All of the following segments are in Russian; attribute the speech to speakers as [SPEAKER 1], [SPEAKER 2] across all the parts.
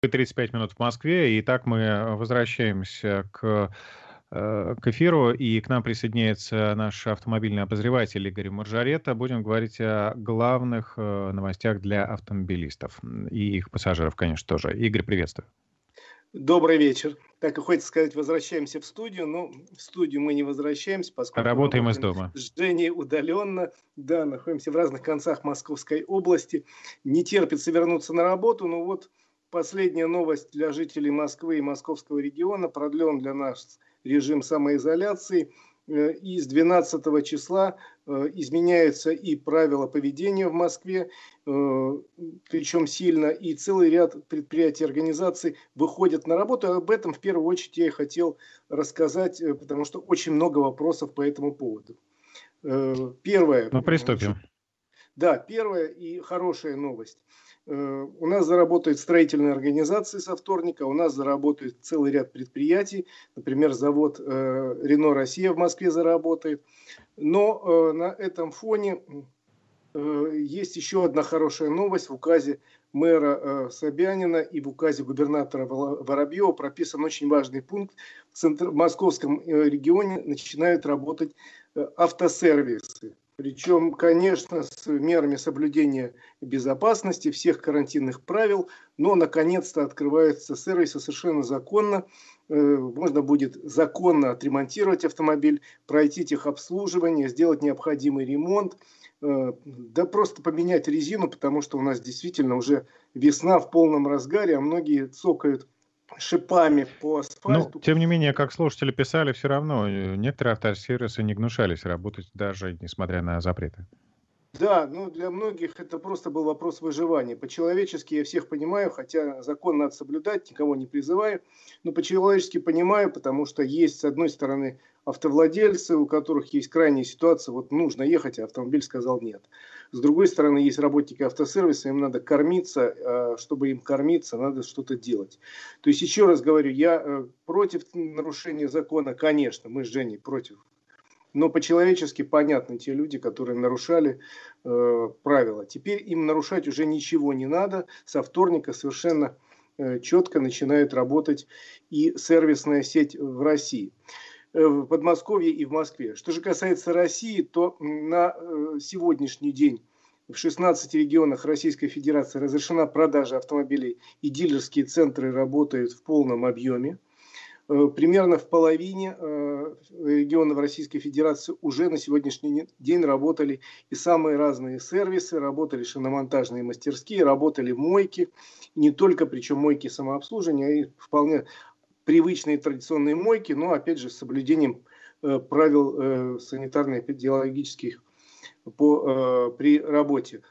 [SPEAKER 1] 35 минут в Москве. Итак, мы возвращаемся к эфиру, и к нам присоединяется наш автомобильный обозреватель Игорь Маржарета. Будем говорить о главных новостях для автомобилистов и их пассажиров, конечно, тоже. Игорь, приветствую.
[SPEAKER 2] Добрый вечер. Так и хочется сказать, возвращаемся в студию, но в студию мы не возвращаемся, поскольку
[SPEAKER 1] Работаем из дома.
[SPEAKER 2] с Женей удаленно. Да, находимся в разных концах Московской области. Не терпится вернуться на работу, но вот последняя новость для жителей Москвы и московского региона. Продлен для нас режим самоизоляции. И с 12 числа изменяются и правила поведения в Москве, причем сильно, и целый ряд предприятий и организаций выходят на работу. Об этом в первую очередь я и хотел рассказать, потому что очень много вопросов по этому поводу. Первое.
[SPEAKER 1] Ну, приступим.
[SPEAKER 2] Да, первая и хорошая новость. У нас заработают строительные организации со вторника, у нас заработает целый ряд предприятий, например, завод Рено Россия в Москве заработает. Но на этом фоне есть еще одна хорошая новость. В указе мэра Собянина и в указе губернатора Воробьева прописан очень важный пункт. В московском регионе начинают работать автосервисы. Причем, конечно, с мерами соблюдения безопасности, всех карантинных правил, но наконец-то открываются сервисы совершенно законно. Можно будет законно отремонтировать автомобиль, пройти техобслуживание, сделать необходимый ремонт, да просто поменять резину, потому что у нас действительно уже весна в полном разгаре, а многие цокают шипами по асфальту.
[SPEAKER 1] Ну, тем не менее, как слушатели писали, все равно некоторые автосервисы не гнушались работать, даже несмотря на запреты.
[SPEAKER 2] Да, ну для многих это просто был вопрос выживания. По-человечески я всех понимаю, хотя закон надо соблюдать, никого не призываю. Но по-человечески понимаю, потому что есть, с одной стороны, автовладельцы, у которых есть крайняя ситуация, вот нужно ехать, а автомобиль сказал нет. С другой стороны, есть работники автосервиса, им надо кормиться, а чтобы им кормиться, надо что-то делать. То есть, еще раз говорю, я против нарушения закона, конечно, мы с Женей против. Но по-человечески понятны те люди, которые нарушали правила. Теперь им нарушать уже ничего не надо. Со вторника совершенно четко начинает работать и сервисная сеть в России, в Подмосковье и в Москве. Что же касается России, то на сегодняшний день в 16 регионах Российской Федерации разрешена продажа автомобилей, и дилерские центры работают в полном объеме. Примерно в половине регионов Российской Федерации уже на сегодняшний день работали и самые разные сервисы, работали шиномонтажные мастерские, работали мойки. И не только, причем мойки самообслуживания, а и вполне привычные традиционные мойки, но опять же с соблюдением правил санитарно-эпидемиологических при работе.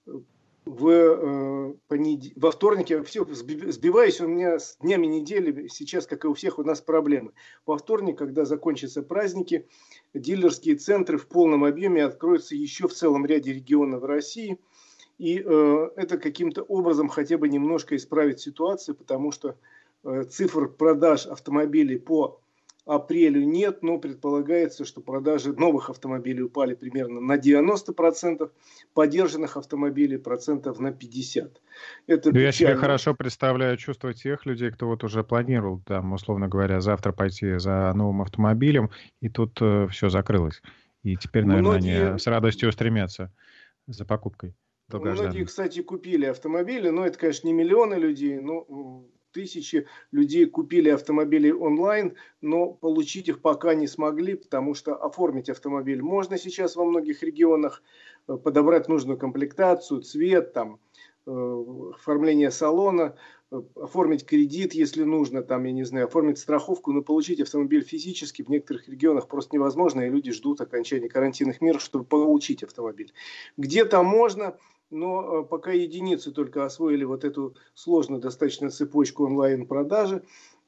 [SPEAKER 2] Во вторник я все сбиваюсь, у меня с днями недели сейчас, как и у всех, у нас проблемы. Во вторник, когда закончатся праздники, дилерские центры в полном объеме откроются еще в целом ряде регионов России. И это каким-то образом хотя бы немножко исправит ситуацию, потому что цифр продаж автомобилей по апрелю нет, но предполагается, что продажи новых автомобилей упали примерно на 90%, подержанных автомобилей процентов на 50%. Это
[SPEAKER 1] я себе хорошо представляю чувство тех людей, кто вот уже планировал, там, условно говоря, завтра пойти за новым автомобилем, и тут все закрылось. И теперь, наверное, они с радостью стремятся за покупкой.
[SPEAKER 2] Многие, кстати, купили автомобили, но это, конечно, не миллионы людей, но тысячи людей купили автомобили онлайн, но получить их пока не смогли, потому что оформить автомобиль можно сейчас во многих регионах, подобрать нужную комплектацию, цвет, там, оформление салона, оформить кредит, если нужно, там, я не знаю, оформить страховку, но получить автомобиль физически в некоторых регионах просто невозможно, и люди ждут окончания карантинных мер, чтобы получить автомобиль. Где-то можно, но пока единицы только освоили вот эту сложную достаточно цепочку онлайн-продажи.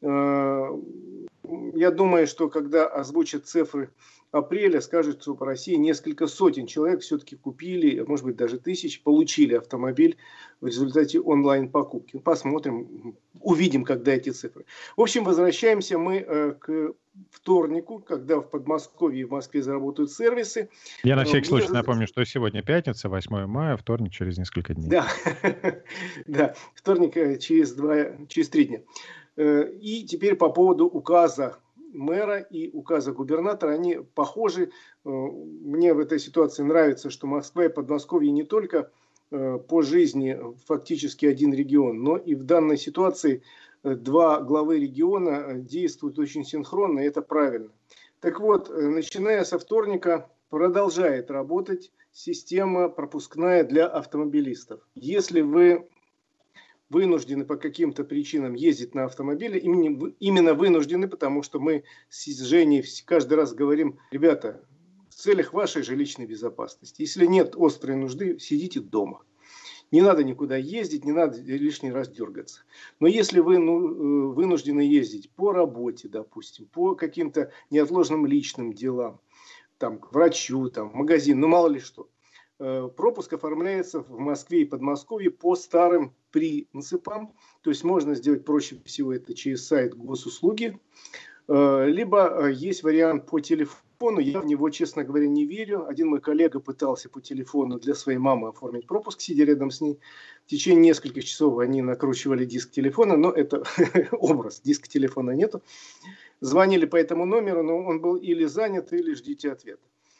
[SPEAKER 2] Я думаю, что когда озвучат цифры апреля, скажут, что по России несколько сотен человек все-таки купили, может быть даже тысяч, получили автомобиль в результате онлайн-покупки. Посмотрим. увидим, когда эти цифры. В общем, возвращаемся мы к вторнику, когда в Подмосковье и в Москве заработают сервисы.
[SPEAKER 1] Я на всякий случай напомню, что сегодня пятница, 8 мая, вторник через несколько дней.
[SPEAKER 2] Да, да, вторник через 3 дня. И теперь по поводу указа мэра и указа губернатора, они похожи. Мне в этой ситуации нравится, что Москва и Подмосковье не только по жизни фактически один регион, но и в данной ситуации два главы региона действуют очень синхронно, и это правильно. Так вот, начиная со вторника продолжает работать система пропускная для автомобилистов. Если вы вынуждены по каким-то причинам ездить на автомобиле, именно вынуждены, потому что мы с Женей каждый раз говорим: ребята, в целях вашей же личной безопасности, если нет острой нужды, сидите дома. Не надо никуда ездить, не надо лишний раз дергаться. Но если вы вынуждены ездить по работе, допустим, по каким-то неотложным личным делам, там, к врачу, там, в магазин, ну мало ли что, пропуск оформляется в Москве и Подмосковье по старым принципам. То есть можно сделать проще всего это через сайт госуслуги. Либо есть вариант по телефону. Я в него, честно говоря, не верю. Один мой коллега пытался по телефону для своей мамы оформить пропуск, сидя рядом с ней. В течение нескольких часов они накручивали диск телефона, но это образ, диска телефона нету. Звонили по этому номеру, но он был или занят, или ждите ответа.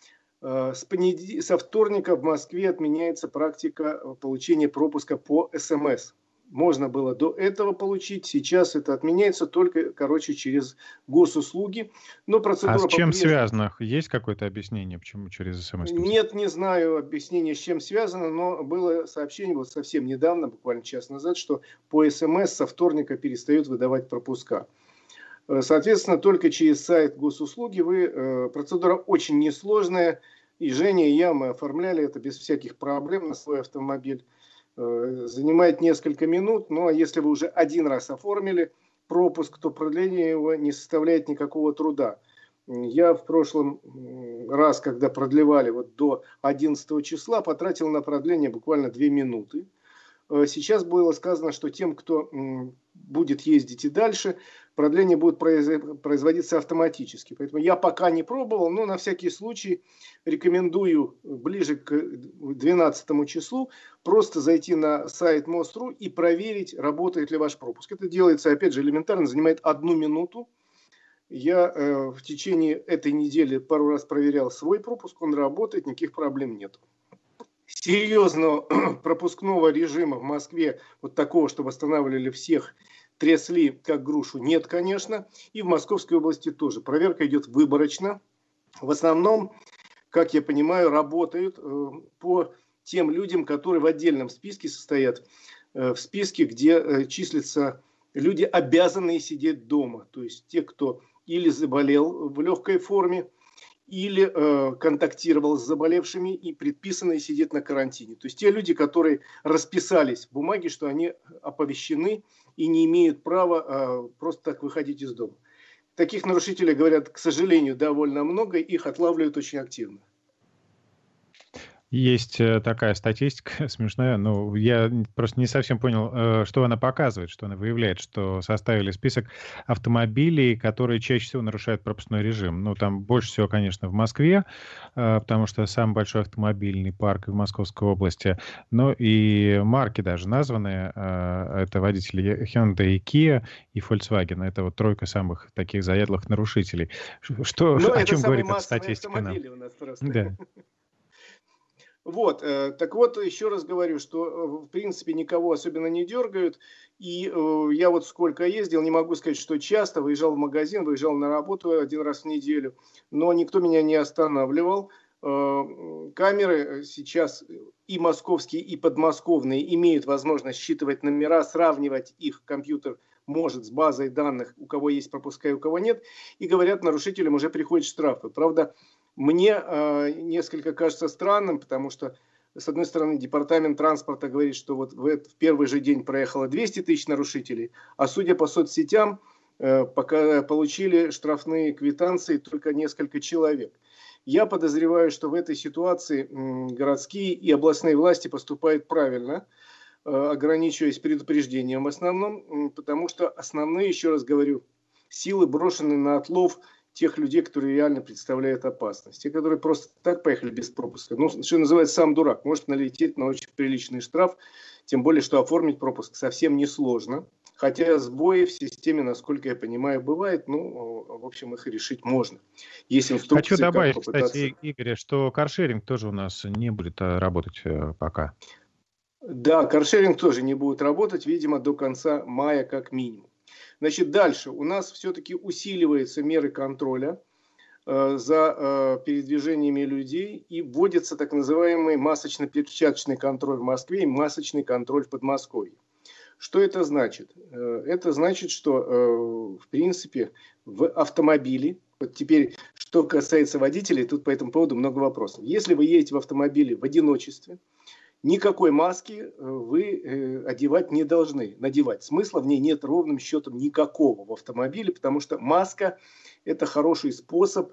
[SPEAKER 2] Со вторника в Москве отменяется практика получения пропуска по СМС. Можно было до этого получить, сейчас это отменяется только, через госуслуги. Но процедура
[SPEAKER 1] с чем связано? Есть какое-то объяснение, почему через СМС?
[SPEAKER 2] Нет, не знаю объяснения, с чем связано, но было сообщение вот совсем недавно, буквально час назад, что по СМС со вторника перестают выдавать пропуска. Соответственно, только через сайт госуслуги процедура очень несложная. И Женя, и я, мы оформляли это без всяких проблем на свой автомобиль. Занимает несколько минут, но если вы уже один раз оформили пропуск, то продление его не составляет никакого труда. Я в прошлом раз, когда продлевали до 11 числа, потратил на продление буквально 2 минуты. Сейчас было сказано, что тем, кто будет ездить и дальше, продление будет производиться автоматически. Поэтому я пока не пробовал, но на всякий случай рекомендую ближе к 12 числу просто зайти на сайт МОС.ру и проверить, работает ли ваш пропуск. Это делается, опять же, элементарно, занимает 1 минуту. Я в течение этой недели пару раз проверял свой пропуск, он работает, никаких проблем нет. Серьезного пропускного режима в Москве, вот такого, чтобы останавливали всех, трясли как грушу, нет, конечно. И в Московской области тоже. Проверка идет выборочно. В основном, как я понимаю, работают по тем людям, которые в отдельном списке состоят. В списке, где числятся люди, обязанные сидеть дома. То есть те, кто или заболел в легкой форме, или контактировал с заболевшими и предписанные сидеть на карантине. То есть те люди, которые расписались в бумаге, что они оповещены и не имеют права просто так выходить из дома. Таких нарушителей, говорят, к сожалению, довольно много, их отлавливают очень активно.
[SPEAKER 1] Есть такая статистика смешная, но я просто не совсем понял, что она показывает, что она выявляет, что составили список автомобилей, которые чаще всего нарушают пропускной режим. Ну, там больше всего, конечно, в Москве, потому что самый большой автомобильный парк в Московской области, но и марки даже названы. Это водители Hyundai, Kia и Volkswagen. Это вот тройка самых таких заядлых нарушителей. О чем говорит эта статистика нам?
[SPEAKER 2] Да. Вот, так вот, еще раз говорю, что в принципе никого особенно не дергают. И я вот сколько ездил, не могу сказать, что часто выезжал в магазин, выезжал на работу 1 раз в неделю, но никто меня не останавливал. Камеры сейчас и московские, и подмосковные имеют возможность считывать номера, сравнивать их, компьютер может с базой данных, у кого есть пропуска и у кого нет. И говорят, нарушителям уже приходят штрафы. Правда, мне несколько кажется странным, потому что, с одной стороны, департамент транспорта говорит, что вот в первый же день проехало 200 тысяч нарушителей, а судя по соцсетям, пока получили штрафные квитанции только несколько человек. Я подозреваю, что в этой ситуации городские и областные власти поступают правильно. ограничиваясь предупреждением в основном, потому что основные, еще раз говорю, силы брошены на отлов тех людей, которые реально представляют опасность. Те, которые просто так поехали без пропуска. Ну, что называется, сам дурак. Может налететь на очень приличный штраф. Тем более, что оформить пропуск совсем несложно. Хотя сбои в системе, насколько я понимаю, бывает. Ну, в общем, их решить можно. Есть инструкции,
[SPEAKER 1] Хочу добавить,
[SPEAKER 2] как попытаться...
[SPEAKER 1] кстати, Игорь, что каршеринг тоже у нас не будет работать пока.
[SPEAKER 2] Да, каршеринг тоже не будет работать, видимо, до конца мая как минимум. Значит, дальше у нас все-таки усиливаются меры контроля за передвижениями людей и вводится так называемый масочно-перчаточный контроль в Москве и масочный контроль в Подмосковье. Что это значит? Это значит, что, в принципе, в автомобиле, вот теперь, что касается водителей, тут по этому поводу много вопросов. Если вы едете в автомобиле в одиночестве, никакой маски вы одевать не должны, надевать. Смысла в ней нет ровным счетом никакого в автомобиле, потому что маска – это хороший способ,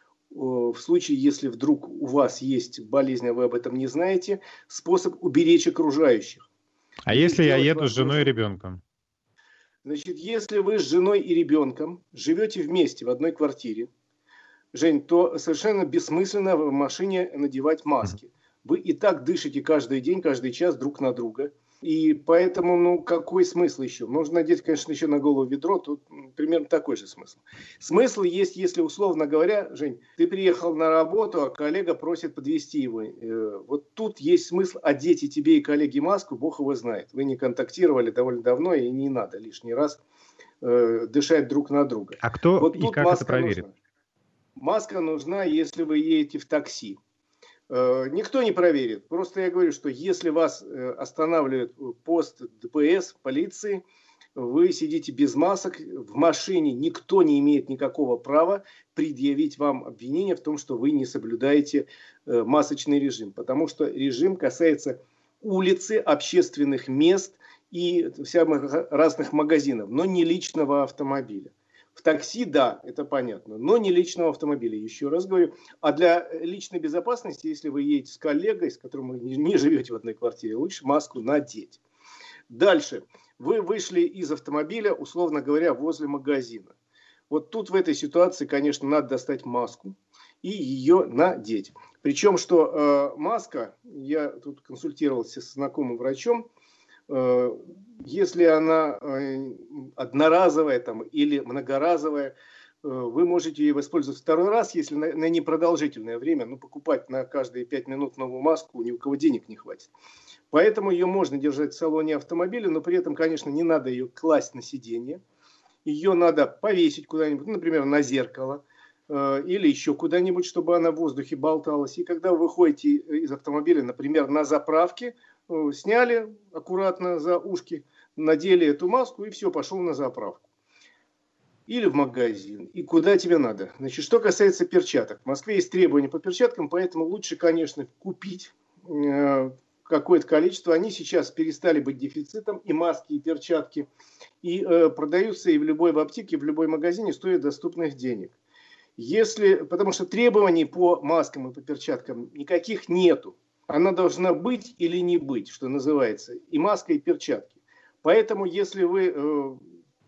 [SPEAKER 2] в случае, если вдруг у вас есть болезнь, а вы об этом не знаете, способ уберечь окружающих.
[SPEAKER 1] А если я еду с женой и ребенком?
[SPEAKER 2] Значит, если вы с женой и ребенком живете вместе в одной квартире, Жень, то совершенно бессмысленно в машине надевать маски. Вы и так дышите каждый день, каждый час друг на друга. И поэтому, ну, какой смысл еще? Можно надеть, конечно, еще на голову ведро, тут примерно такой же смысл. Смысл есть, если, условно говоря, Жень, ты приехал на работу, а коллега просит подвезти его. Вот тут есть смысл одеть и тебе, и коллеге маску, бог его знает. Вы не контактировали довольно давно, и не надо лишний раз дышать друг на друга.
[SPEAKER 1] А кто
[SPEAKER 2] вот
[SPEAKER 1] и
[SPEAKER 2] тут
[SPEAKER 1] как это проверит?
[SPEAKER 2] Маска нужна, если вы едете в такси. Никто не проверит. Просто я говорю, что если вас останавливает пост ДПС, полиции, вы сидите без масок в машине, никто не имеет никакого права предъявить вам обвинение в том, что вы не соблюдаете масочный режим. Потому что режим касается улицы, общественных мест и самых разных магазинов, но не личного автомобиля. В такси, да, это понятно, но не личного автомобиля, еще раз говорю. А для личной безопасности, если вы едете с коллегой, с которым вы не живете в одной квартире, лучше маску надеть. Дальше. Вы вышли из автомобиля, условно говоря, возле магазина. Вот тут в этой ситуации, конечно, надо достать маску и ее надеть. Причем, что маска, я тут консультировался с знакомым врачом, если она одноразовая там, или многоразовая, вы можете ее воспользоваться второй раз, если на непродолжительное время, ну, покупать на каждые 5 минут новую маску, ни у кого денег не хватит. Поэтому ее можно держать в салоне автомобиля, но при этом, конечно, не надо ее класть на сиденье. Ее надо повесить куда-нибудь, например, на зеркало или еще куда-нибудь, чтобы она в воздухе болталась. И когда вы выходите из автомобиля, например, на заправке, сняли аккуратно за ушки, надели эту маску и все, пошел на заправку. Или в магазин. И куда тебе надо. Значит, что касается перчаток. В Москве есть требования по перчаткам, поэтому лучше, конечно, купить какое-то количество. Они сейчас перестали быть дефицитом, и маски, и перчатки. И продаются и в любой аптеке, и в любой магазине, стоят доступных денег. Потому что требований по маскам и по перчаткам никаких нету. Она должна быть или не быть, что называется, и маска, и перчатки. Поэтому, если вы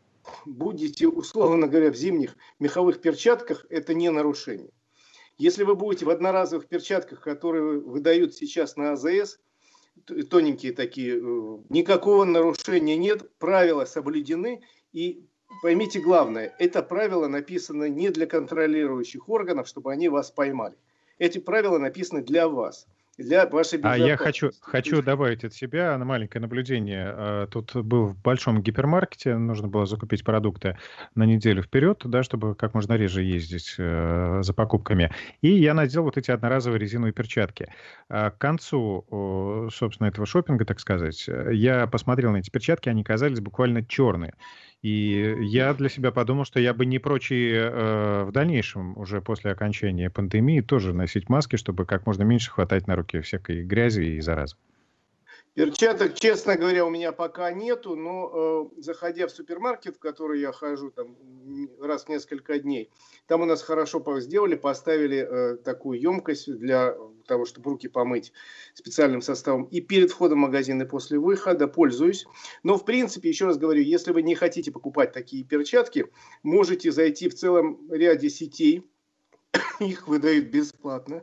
[SPEAKER 2] будете, условно говоря, в зимних меховых перчатках, это не нарушение. Если вы будете в одноразовых перчатках, которые выдают сейчас на АЗС, тоненькие такие, никакого нарушения нет, правила соблюдены. И поймите главное, это правило написано не для контролирующих органов, чтобы они вас поймали. Эти правила написаны для вас. Для вашей безопасности.
[SPEAKER 1] Я хочу добавить от себя на маленькое наблюдение. Тут был в большом гипермаркете, нужно было закупить продукты на неделю вперед, да, чтобы как можно реже ездить за покупками. И я надел вот эти одноразовые резиновые перчатки. К концу, собственно, этого шопинга, так сказать, я посмотрел на эти перчатки, они казались буквально черные. И я для себя подумал, что я бы не прочь в дальнейшем, уже после окончания пандемии, тоже носить маски, чтобы как можно меньше хватать на руки всякой грязи и заразы.
[SPEAKER 2] Перчаток, честно говоря, у меня пока нету, но заходя в супермаркет, в который я хожу там раз в несколько дней, там у нас хорошо сделали, поставили такую емкость для того, чтобы руки помыть специальным составом и перед входом в магазин, и после выхода, пользуюсь. Но, в принципе, еще раз говорю, если вы не хотите покупать такие перчатки, можете зайти в целом ряде сетей, их выдают бесплатно.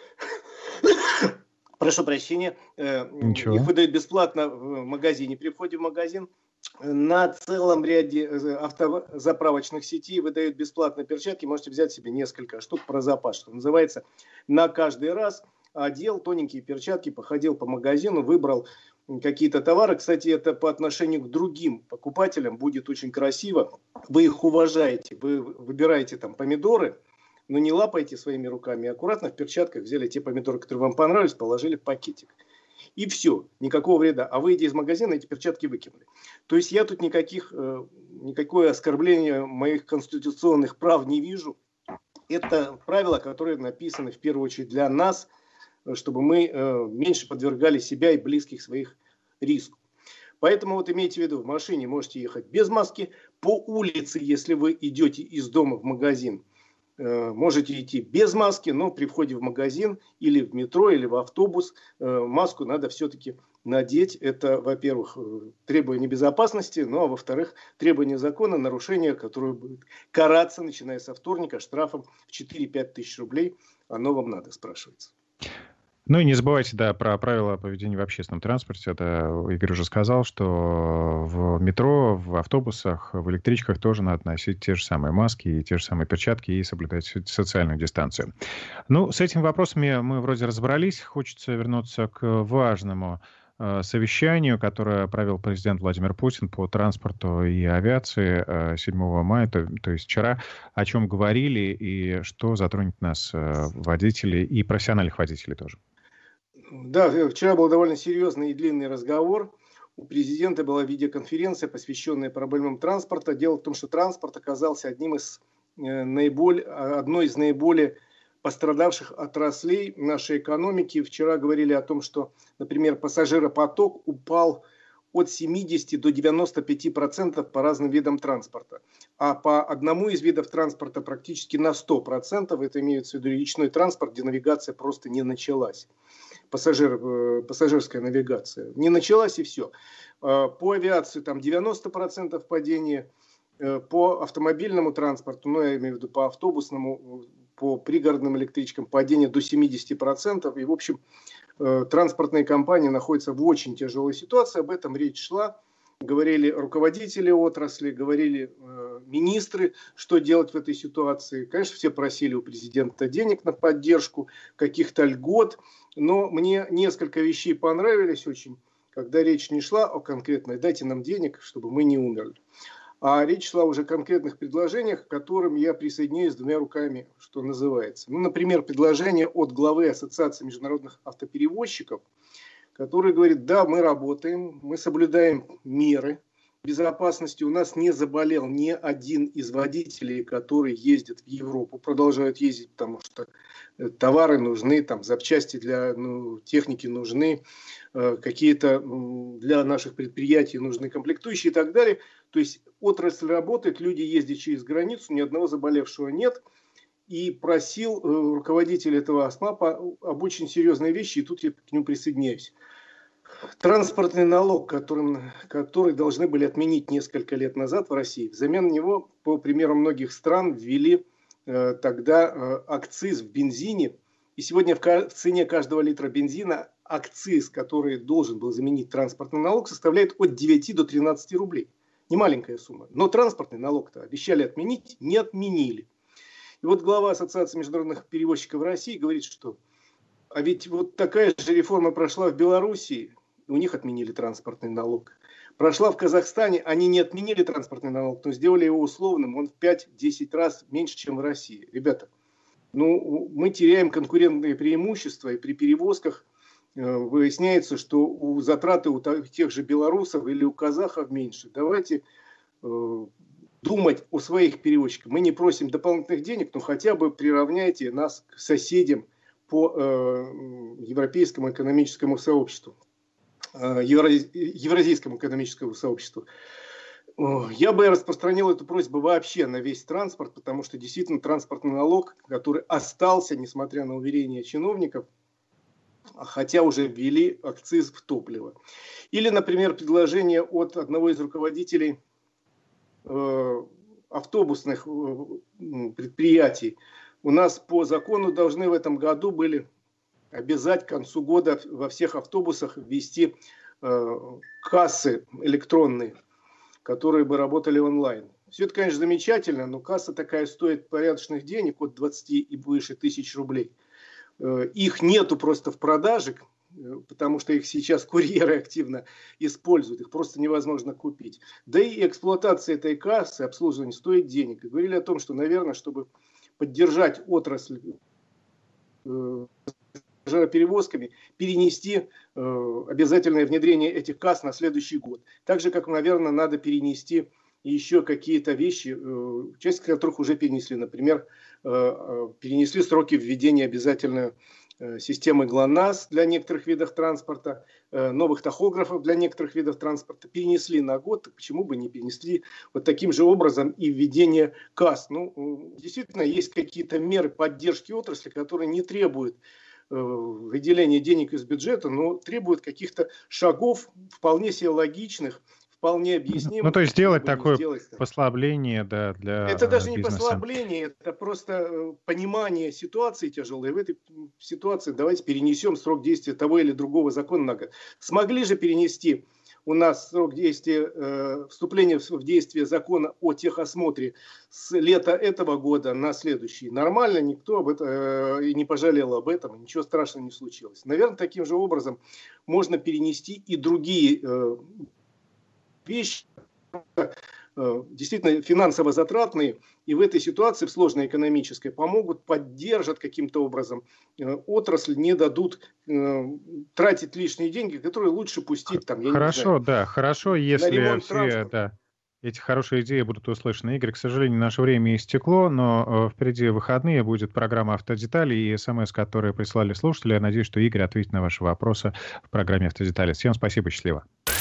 [SPEAKER 2] Прошу прощения, их
[SPEAKER 1] Ничего.
[SPEAKER 2] выдают бесплатно в магазине при входе в магазин. На целом ряде автозаправочных сетей выдают бесплатно перчатки. Можете взять себе несколько штук про запас, что называется, на каждый раз. Одел тоненькие перчатки, походил по магазину, выбрал какие-то товары. Кстати, это по отношению к другим покупателям будет очень красиво. Вы их уважаете, вы выбираете там помидоры, но не лапайте своими руками, аккуратно в перчатках взяли те помидоры, которые вам понравились, положили в пакетик. И все, никакого вреда. А выйдя из магазина, эти перчатки выкинули. То есть я тут никакое оскорбление моих конституционных прав не вижу. Это правила, которые написаны в первую очередь для нас, чтобы мы меньше подвергали себя и близких своих риску. Поэтому вот имейте в виду, в машине можете ехать без маски, по улице, если вы идете из дома в магазин, можете идти без маски, но при входе в магазин или в метро, или в автобус маску надо все-таки надеть. Это, во-первых, требование безопасности, ну а во-вторых, требование закона, нарушение, которое будет караться, начиная со вторника, штрафом в 4-5 тысяч рублей. Оно вам надо, спрашивается.
[SPEAKER 1] Ну и не забывайте, да, про правила поведения в общественном транспорте. Это Игорь уже сказал, что в метро, в автобусах, в электричках тоже надо носить те же самые маски и те же самые перчатки и соблюдать социальную дистанцию. Ну, с этими вопросами мы вроде разобрались. Хочется вернуться к важному совещанию, которое провел президент Владимир Путин по транспорту и авиации 7 мая, то есть вчера, о чем говорили и что затронет нас, водителей и профессиональных водителей тоже.
[SPEAKER 2] Да, вчера был довольно серьезный и длинный разговор. У президента была видеоконференция, посвященная проблемам транспорта. Дело в том, что транспорт оказался одной из наиболее пострадавших отраслей нашей экономики. Вчера говорили о том, что, например, пассажиропоток упал от 70 до 95% по разным видам транспорта. А по одному из видов транспорта практически на 100%. Это имеется в виду речной транспорт, где навигация просто не началась. Пассажирская навигация. Не началась и все. По авиации там 90% падения. По автомобильному транспорту, ну я имею в виду по автобусному, по пригородным электричкам падение до 70%. И в общем транспортные компании находятся в очень тяжелой ситуации. Об этом речь шла. Говорили руководители отрасли, говорили министры, что делать в этой ситуации. Конечно, все просили у президента денег на поддержку, каких-то льгот. Но мне несколько вещей понравились очень, когда речь не шла о конкретной «дайте нам денег, чтобы мы не умерли». А речь шла уже о конкретных предложениях, к которым я присоединяюсь двумя руками, что называется. Ну, например, предложение от главы Ассоциации международных автоперевозчиков, который говорит, да, мы работаем, мы соблюдаем меры безопасности. У нас не заболел ни один из водителей, которые ездят в Европу, продолжают ездить, потому что товары нужны, там, запчасти для техники нужны, какие-то для наших предприятий нужны комплектующие и так далее. То есть отрасль работает, люди ездят через границу, ни одного заболевшего нет. И просил руководителя этого АСМАПа об очень серьезной вещи, и тут я к нему присоединяюсь. Транспортный налог, который должны были отменить несколько лет назад в России, взамен него, по примеру многих стран, ввели тогда акциз в бензине. И сегодня в цене каждого литра бензина акциз, который должен был заменить транспортный налог, составляет от 9 до 13 рублей. Немаленькая сумма. Но транспортный налог-то обещали отменить, не отменили. И вот глава Ассоциации международных перевозчиков России говорит, что а ведь вот такая же реформа прошла в Белоруссии, у них отменили транспортный налог. Прошла в Казахстане, они не отменили транспортный налог, но сделали его условным, он в 5-10 раз меньше, чем в России. Ребята, мы теряем конкурентные преимущества, и при перевозках выясняется, что затраты у тех же белорусов или у казахов меньше. Давайте думать о своих перевозчиках. Мы не просим дополнительных денег, но хотя бы приравняйте нас к соседям по Европейскому экономическому сообществу, Евразийскому экономическому сообществу. Я бы распространил эту просьбу вообще на весь транспорт, потому что действительно транспортный налог, который остался, несмотря на уверения чиновников, хотя уже ввели акциз в топливо. Или, например, предложение от одного из руководителей автобусных предприятий. У нас по закону должны в этом году были обязать к концу года во всех автобусах ввести кассы электронные, которые бы работали онлайн. Все это, конечно, замечательно, но касса такая стоит порядочных денег, от 20 и выше тысяч рублей. Их нету просто в продаже, потому что их сейчас курьеры активно используют, их просто невозможно купить. Да и эксплуатация этой кассы, обслуживание стоит денег. И говорили о том, что, наверное, чтобы поддержать отрасль перевозками, перенести обязательное внедрение этих касс на следующий год. Так же, как, наверное, надо перенести еще какие-то вещи, часть которых уже перенесли. Например, перенесли сроки введения обязательной системы ГЛОНАСС для некоторых видов транспорта, новых тахографов для некоторых видов транспорта. Перенесли на год, почему бы не перенесли вот таким же образом и введение касс. Ну, действительно, есть какие-то меры поддержки отрасли, которые не требуют выделения денег из бюджета, но требуют каких-то шагов вполне себе логичных, вполне объяснимых.
[SPEAKER 1] Ну, то есть сделать такое послабление, да, для
[SPEAKER 2] это даже не
[SPEAKER 1] бизнеса.
[SPEAKER 2] послабление, это просто понимание ситуации тяжелой. В этой ситуации давайте перенесем срок действия того или другого закона на год. Смогли же перенести у нас срок действия, вступления в действие закона о техосмотре с лета этого года на следующий. Нормально, никто об этом и не пожалел об этом, ничего страшного не случилось. Наверное, таким же образом можно перенести и другие вещи, действительно финансово затратные, и в этой ситуации, в сложной экономической, помогут, поддержат каким-то образом отрасль, не дадут тратить лишние деньги, которые лучше пустить там.
[SPEAKER 1] Хорошо, да, хорошо, если все, да, эти хорошие идеи будут услышаны. Игорь, к сожалению, наше время истекло, но впереди выходные, будет программа «Автодетали» и СМС, которые прислали слушатели. Я надеюсь, что Игорь ответит на ваши вопросы в программе «Автодетали». Всем спасибо, счастливо.